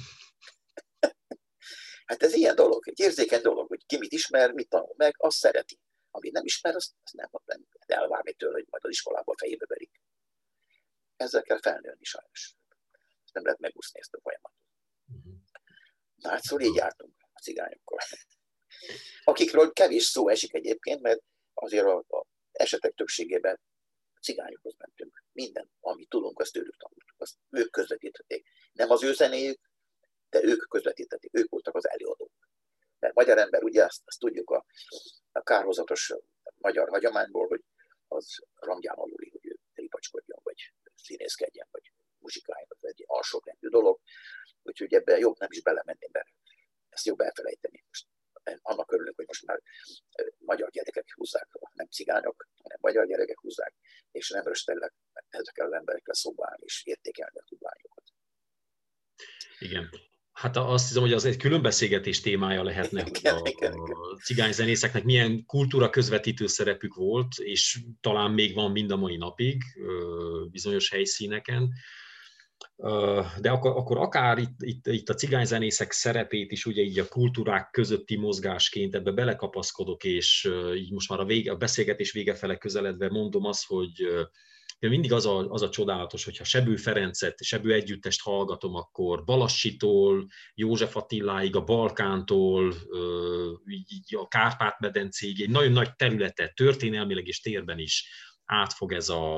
Hát ez ilyen dolog, egy érzékeny dolog, hogy ki mit ismer, mit tanul meg, azt szereti. Amit nem ismer, azt, azt nem lehet elvárni tőle, hogy majd az iskolában fejébe verik. Ezzel kell felnőni sajnos. Ezt nem lehet megúszni ezt a folyamatot. Na hát szóval így jártunk a cigányokkal. Akikről kevés szó esik egyébként, mert azért az esetek többségében cigányokhoz mentünk. Minden, amit tudunk, azt tőlük tanultuk. Azt ők közvetítették. Nem az ő zenéjük, de ők közvetítették. Ők voltak az előadók. Mert magyar ember, ugye azt, azt tudjuk a, a kárhozatos magyar hagyományból, hogy az rangján aluli, hogy ő ripacskodjon, vagy színészkedjen, vagy muzsikáljon, ez egy alsórendű dolog. Úgyhogy ebben jobb nem is belemenni, mert ezt jobb elfelejteni. Most annak örülök, hogy most már magyar gyerekek húzzák, nem cigányok, hanem magyar gyerekek húzzák, és nem röstellek ezekkel az emberekkel szóba állni és értékelni a tudományokat.
Igen. Hát azt hiszem, hogy az egy külön beszélgetés témája lehetne, hogy
Igen,
a,
igen, igen.
a cigányzenészeknek milyen kultúra közvetítő szerepük volt, és talán még van mind a mai napig bizonyos helyszíneken. De akkor, akkor akár itt, itt, itt a cigányzenészek szerepét is ugye így a kultúrák közötti mozgásként ebbe belekapaszkodok, és így most már a, vége, a beszélgetés vége fele közeledve mondom azt, hogy mindig az a, az a csodálatos, hogyha Sebő Ferencet, Sebő együttest hallgatom, akkor Balassitól, József Attiláig, a Balkántól, így a Kárpát-medencéig, egy nagyon nagy területet, történelmileg és térben is átfog ez a,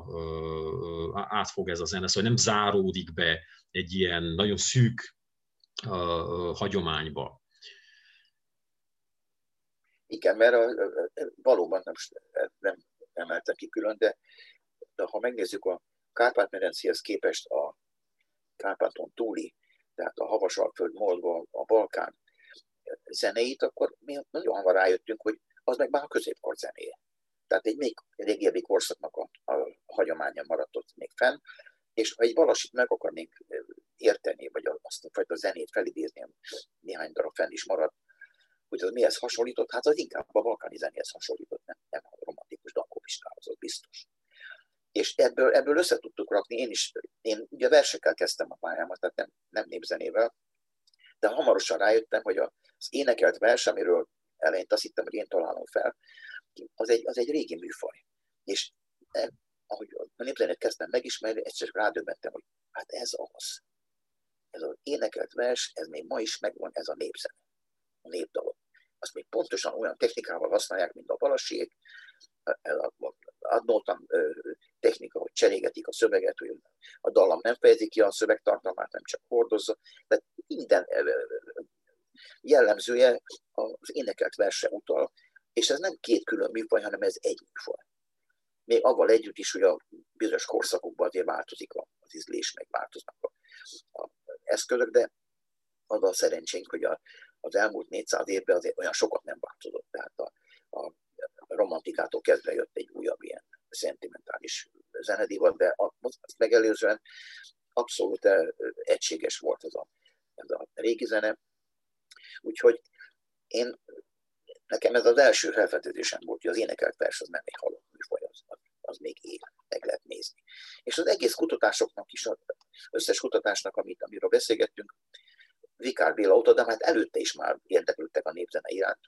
átfog ez a zene, szóval nem záródik be egy ilyen nagyon szűk hagyományba.
Igen, mert a, valóban nem, nem emeltem ki külön, de, de ha megnézzük a Kárpát-medencéhez képest a Kárpáton túli, tehát a Havasalföld, Moldva, a Balkán zeneit, akkor mi nagyon hamar rájöttünk, hogy az meg már a középkor zenéje. Tehát egy még régebbi korszaknak a, a hagyománya maradt ott még fenn, és ha egy Balassit meg akarnénk érteni, vagy azt a fajta zenét felidézni, néhány darab fenn is maradt, hogy az mihez hasonlított, hát az inkább a balkáni zenéhez hasonlított, nem, nem a romantikus dankopistához, az biztos. És ebből, ebből össze tudtuk rakni, én is, én ugye versekkel kezdtem a pályámat, tehát nem, nem népzenével, de hamarosan rájöttem, hogy az énekelt vers, amiről eleinte azt hittem, hogy én találom fel, az egy, az egy régi műfaj. És eh, ahogy a népzenét kezdtem megismerni, egyszer rádöbbentem, hogy hát ez az. Ez az énekelt vers, ez még ma is megvan, ez a népzene, a népdalok. Azt még pontosan olyan technikával használják, mint a balasiék, adnótan technika, hogy cserégetik a szöveget, hogy a dallam nem fejezi ki a szövegtartalmát, nem csak hordozza. De minden jellemzője az énekelt versre utal, és ez nem két külön műfaj, hanem ez egy műfaj. Még avval együtt is, hogy a bizonyos korszakokban azért változik az ízlés, meg változnak a, a eszközök, de az a szerencsénk, hogy a, az elmúlt négyszáz évben azért olyan sokat nem változott. Tehát a, a romantikától kezdve jött egy újabb ilyen szentimentális zenedivat, de azt megelőzően abszolút egységes volt ez a, ez a régi zene. Úgyhogy én, nekem ez az első felfedezésem volt, hogy az énekelt vers az nem egy halott műfaj, az, az, az még él, meg lehet nézni. És az egész kutatásoknak is, az összes kutatásnak, amit, amiről beszélgettünk, Vikár Béla óta, de hát előtte is már érdeklődtek a népzene iránt.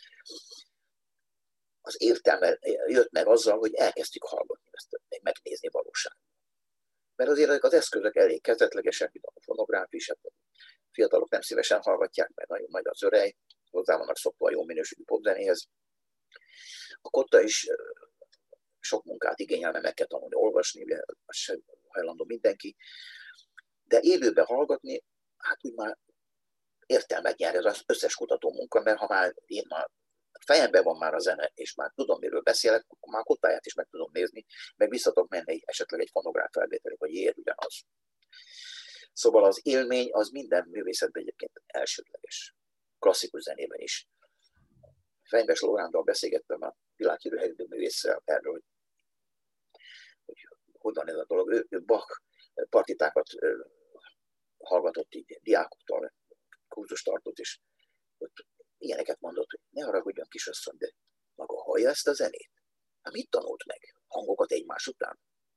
Az értelme jött meg azzal, hogy elkezdtük hallgatni ezt, megnézni valóságban. Mert azért ezek az eszközök elég kezdetlegesek, mint a fonográf is, a fiatalok nem szívesen hallgatják, mert nagyon nagy az örej, hozzá vannak szokva a jó minőségű popzenéhez. A kotta is sok munkát igényel, mert meg kell tanulni olvasni, ugye az sem hajlandó mindenki. De élőben hallgatni, hát úgy már értelmet nyer ez az összes kutató munka, mert ha már én már fejemben van már a zene, és már tudom, miről beszélek, akkor már kottáját is meg tudom nézni, meg vissza tudok menni esetleg egy fonográf felvételre, hogy ér ugyanaz. Szóval az élmény az minden művészetben egyébként elsődleges. Klasszikus zenében is. Fenyves Lórándal beszélgettem a világhírű helyző művésszel erről, hogy, hogy hogyan ez a dolog. Ő, ő Bach partitákat hallgatott így diákoktól, kurzus tartott, és ott ilyeneket mondott, hogy ne haragudjon kisasszony, de maga hallja ezt a zenét? Hát mit tanult meg? Hangokat egymás után?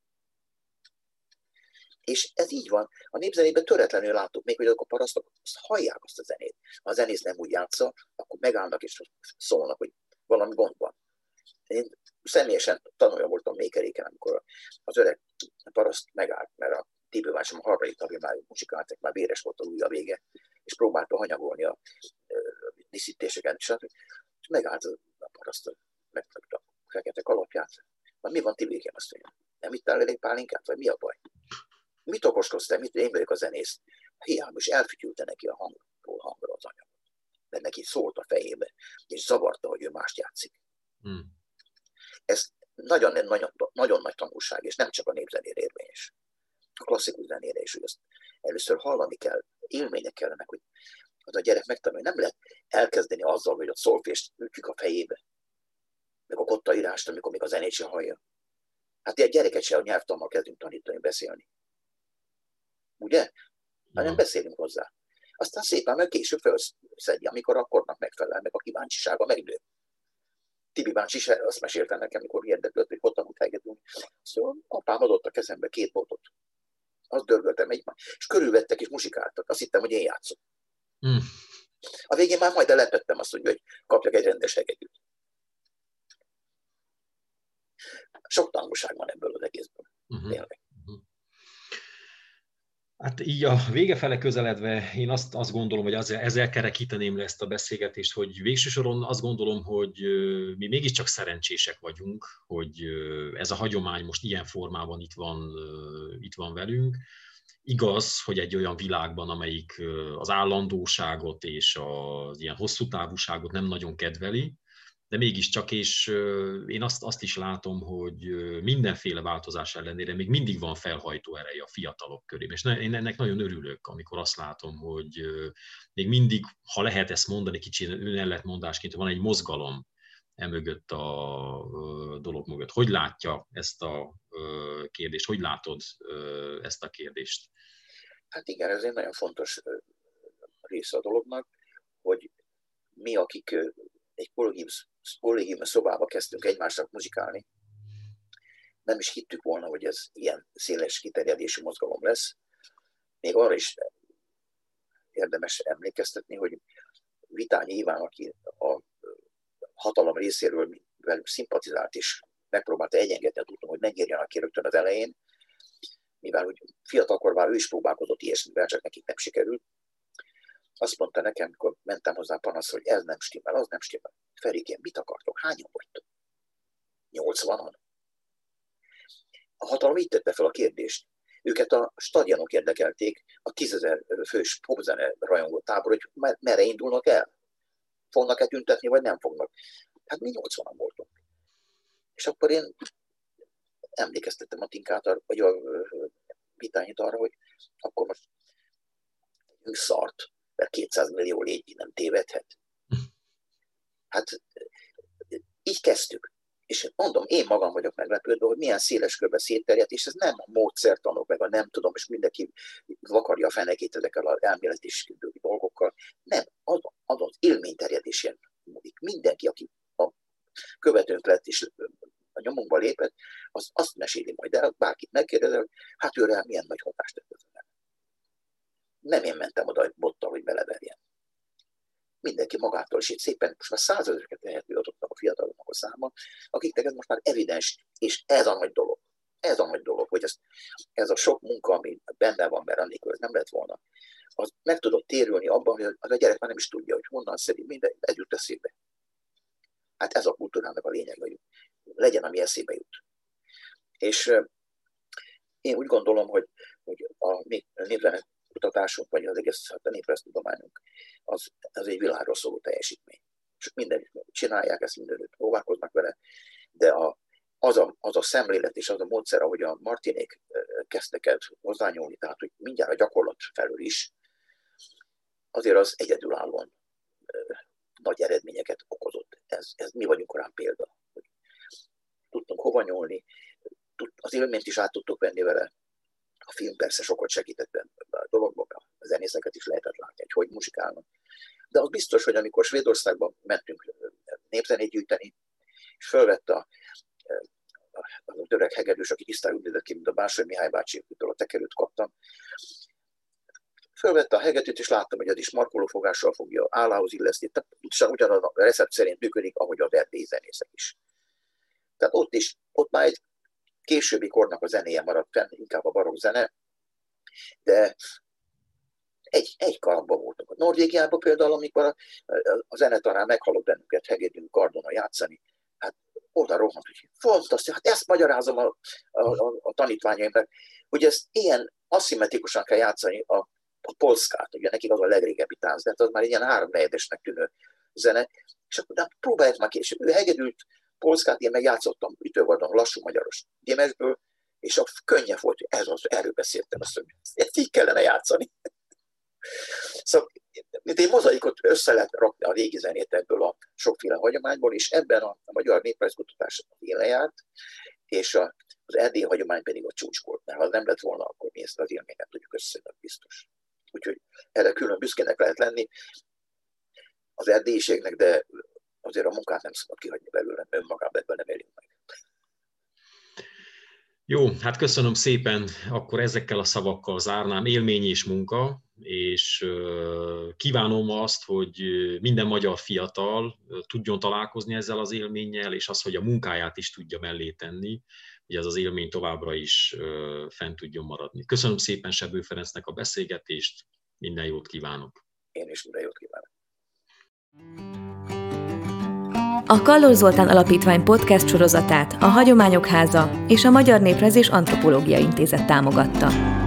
És ez így van. A népzenében töretlenül láttuk még, hogy azok a parasztok azt hallják azt a zenét. Ha a zenész nem úgy játsza, akkor megállnak és szólnak, hogy valami gond van. Én személyesen tanulja voltam Mékeréken, amikor az öreg paraszt megállt, mert a Tibővásom a harmadik napja már muzsikáltak, már véres volt a ujja vége, és próbálta hanyagolni a díszítéseken, és megállt a paraszt, megtagta a fekete kalapját. Na, mi van Tibéken? Azt mondja, nem ittál elég pálinkát, vagy mi a baj? Mit okoskodsz, mit, én vagyok a zenész? Hiába is elfütyülte neki a hangról hangra az anyagot. Mert neki szólt a fejébe, és zavarta, hogy ő mást játszik. Hmm. Ez nagyon, nagyon, nagyon nagy tanulság, és nem csak a népzenére érvényes. A klasszikus zenére is, hogy azt először hallani kell, élmények kellenek, hogy az a gyerek megtanulja, nem lehet elkezdeni azzal, hogy a szolfést ütjük a fejébe, meg a kottaírást, amikor még a zenét sem hallja. Hát ilyen gyereket se a nyelvtanmal kezdünk tanítani, beszélni. Ugye? Hát nem beszélünk hozzá. Aztán szépen meg később felszedje, amikor a kornak megfelel, meg a kíváncsisága megnő. Tibi bácsi is azt mesélte nekem, amikor érdeklődött, hogy hogy tanult hegedülni. Szóval apám adott a kezembe két botot. Azt dörgöltem egymást, és körülvettek és muzsikáltak. Azt hittem, hogy én játszom. Mm. A végén már majd lepettem azt, hogy kapjak egy rendes hegedűt. Sok tanulság van ebből az egészből. Uh-huh. Tényleg. Uh-huh.
Hát így a vége fele közeledve én azt, azt gondolom, hogy ezzel, ezzel kerekíteném le ezt a beszélgetést, hogy végső soron azt gondolom, hogy mi mégiscsak szerencsések vagyunk, hogy ez a hagyomány most ilyen formában itt van, itt van velünk. Igaz, hogy egy olyan világban, amelyik az állandóságot és az ilyen hosszú távúságot nem nagyon kedveli, de mégiscsak, és én azt, azt is látom, hogy mindenféle változás ellenére még mindig van felhajtó ereje a fiatalok körében. És én ennek nagyon örülök, amikor azt látom, hogy még mindig, ha lehet ezt mondani, kicsit önellentmondásként, van egy mozgalom emögött a dolog mögött. Hogy látja ezt a kérdést? Hogy látod ezt a kérdést?
Hát igen, ez egy nagyon fontos része a dolognak, hogy mi, akik egy kollégium, kollégium szobába kezdtünk egymásnak muzsikálni, nem is hittük volna, hogy ez ilyen széles kiterjedésű mozgalom lesz. Még arra is érdemes emlékeztetni, hogy Vitányi Iván, aki a hatalom részéről velük szimpatizált, és megpróbálta egyengedni a tudnom, hogy ne nyírjanak ki rögtön az elején, mivel úgy fiatalkorban ő is próbálkozott ilyesmivel, csak nekik nem sikerült. Azt mondta nekem, amikor mentem hozzá panasz, hogy ez nem stimmel, az nem stimmel. Ferikém, mit akartok? Hányan vagytok? nyolcvanan. A hatalom így tette fel a kérdést. Őket a stadionok érdekelték, a tízezer fős popzene rajongó tábor, hogy merre indulnak el? Fognak-e tüntetni, vagy nem fognak? Hát mi nyolcvanan voltunk. És akkor én emlékeztettem a Tinkát, vagy a Vitányit arra, hogy akkor most szart, mert kétszáz millió légy nem tévedhet. Hát így kezdtük. És mondom, én magam vagyok meglepődve, hogy milyen széles körbe szétterjedt, és ez nem a módszertanok, meg a nem tudom, és mindenki vakarja a fenekét ezekkel az elméleti dolgokkal. Nem, az az, az élményterjedésén múlik. Mindenki, aki a követőnk lett, és a nyomunkba lépett, az azt meséli majd el, bárkit megkérdezel, hogy hát őre milyen nagy hatást tett ez. Nem én mentem oda egy bottal, hogy beleverjen. Mindenki magától, és itt szépen most már százezreket tehető adottak a fiataloknak a száma, akiknek ez most már evidens, és ez a nagy dolog. Ez a nagy dolog, hogy ez, ez a sok munka, ami benne van, mert annélkül ez nem lett volna, az meg tudott térülni abban, hogy az a gyerek már nem is tudja, hogy honnan szedi, minden, ez jut eszébe. Hát ez a kultúrának a lényeg, hogy legyen, ami eszébe jut. És euh, én úgy gondolom, hogy, hogy a mi népzenek kutatásunk, vagy az egész a néprajztudományunk, az, az egy világról szóló teljesítmény. És mindenütt csinálják, ezt mindenütt próbálkoznak vele, de a, az, a, az a szemlélet és az a módszer, ahogy a Martinék kezdtek el hozzányúlni, tehát hogy mindjárt a gyakorlat felül is, azért az egyedülállóan nagy eredményeket okozott. Ez, ez mi vagyunk rá példa. Tudtunk hova nyúlni, az élményt is át tudtuk venni vele. A film persze sokat segített a dologban, a zenészeket is lehetett látni, hogy hogy muzsikálnak. De az biztos, hogy amikor Svédországban mentünk népzenét gyűjteni, és fölvett a, a, a öreg hegedűs, aki tisztául nézett ki, mint a Bársony Mihály bácsi, akitől a tekerőt kaptam, fölvette a hegedűt, és láttam, hogy az is markolófogással fogja állához illeszteni. Tehát ugyanaz a recept szerint működik, ahogy az erdélyi zenészek is. Tehát ott is, ott már egy későbbi kornak a zenéje maradt fenn, inkább a barokk zene, de egy, egy kalapban voltunk. A Norvégiában például, amikor a, a zenetanár meghalott bennünket hegedűn kardonon játszani, hát oda rohant, hogy fantasztikus, hát ezt magyarázom a, a, a, a tanítványaimnak, hogy ezt ilyen aszimmetrikusan kell játszani a, a polszkát, ugye nekik az a legrégebbi tánc, de az már egy ilyen háromnegyedesnek tűnő zene, és akkor de próbálják már ki, és ő hegedűt, polszkát, én meg játszottam ütővadon lassú magyaros gyémesből, és a könnyebb volt, hogy ez az, erről beszéltem, azt, hogy ezt így kellene játszani. Szóval mint egy mozaikot össze lehet rakni a régi zenét ebből a sokféle hagyományból, és ebben a, a magyar néprajzkutatás élen járt, és a, az erdélyi hagyomány pedig a csúcskor, mert ha az nem lett volna, akkor mi ezt az élményt tudjuk össze, biztos. Úgyhogy erre külön büszkének lehet lenni az erdélyiségnek, de azért a munkát nem szabad kihagyni belőle, mert önmagában ebből nem élünk meg.
Jó, hát köszönöm szépen, akkor ezekkel a szavakkal zárnám, élmény és munka, és kívánom azt, hogy minden magyar fiatal tudjon találkozni ezzel az élménnyel, és az, hogy a munkáját is tudja mellé tenni, hogy ez az élmény továbbra is fent tudjon maradni. Köszönöm szépen Sebő Ferencnek a beszélgetést, minden jót kívánok!
Én is minden jót kívánok!
A Kallós Zoltán Alapítvány podcast sorozatát a Hagyományok Háza és a Magyar Néprajz és Antropológia Intézet támogatta.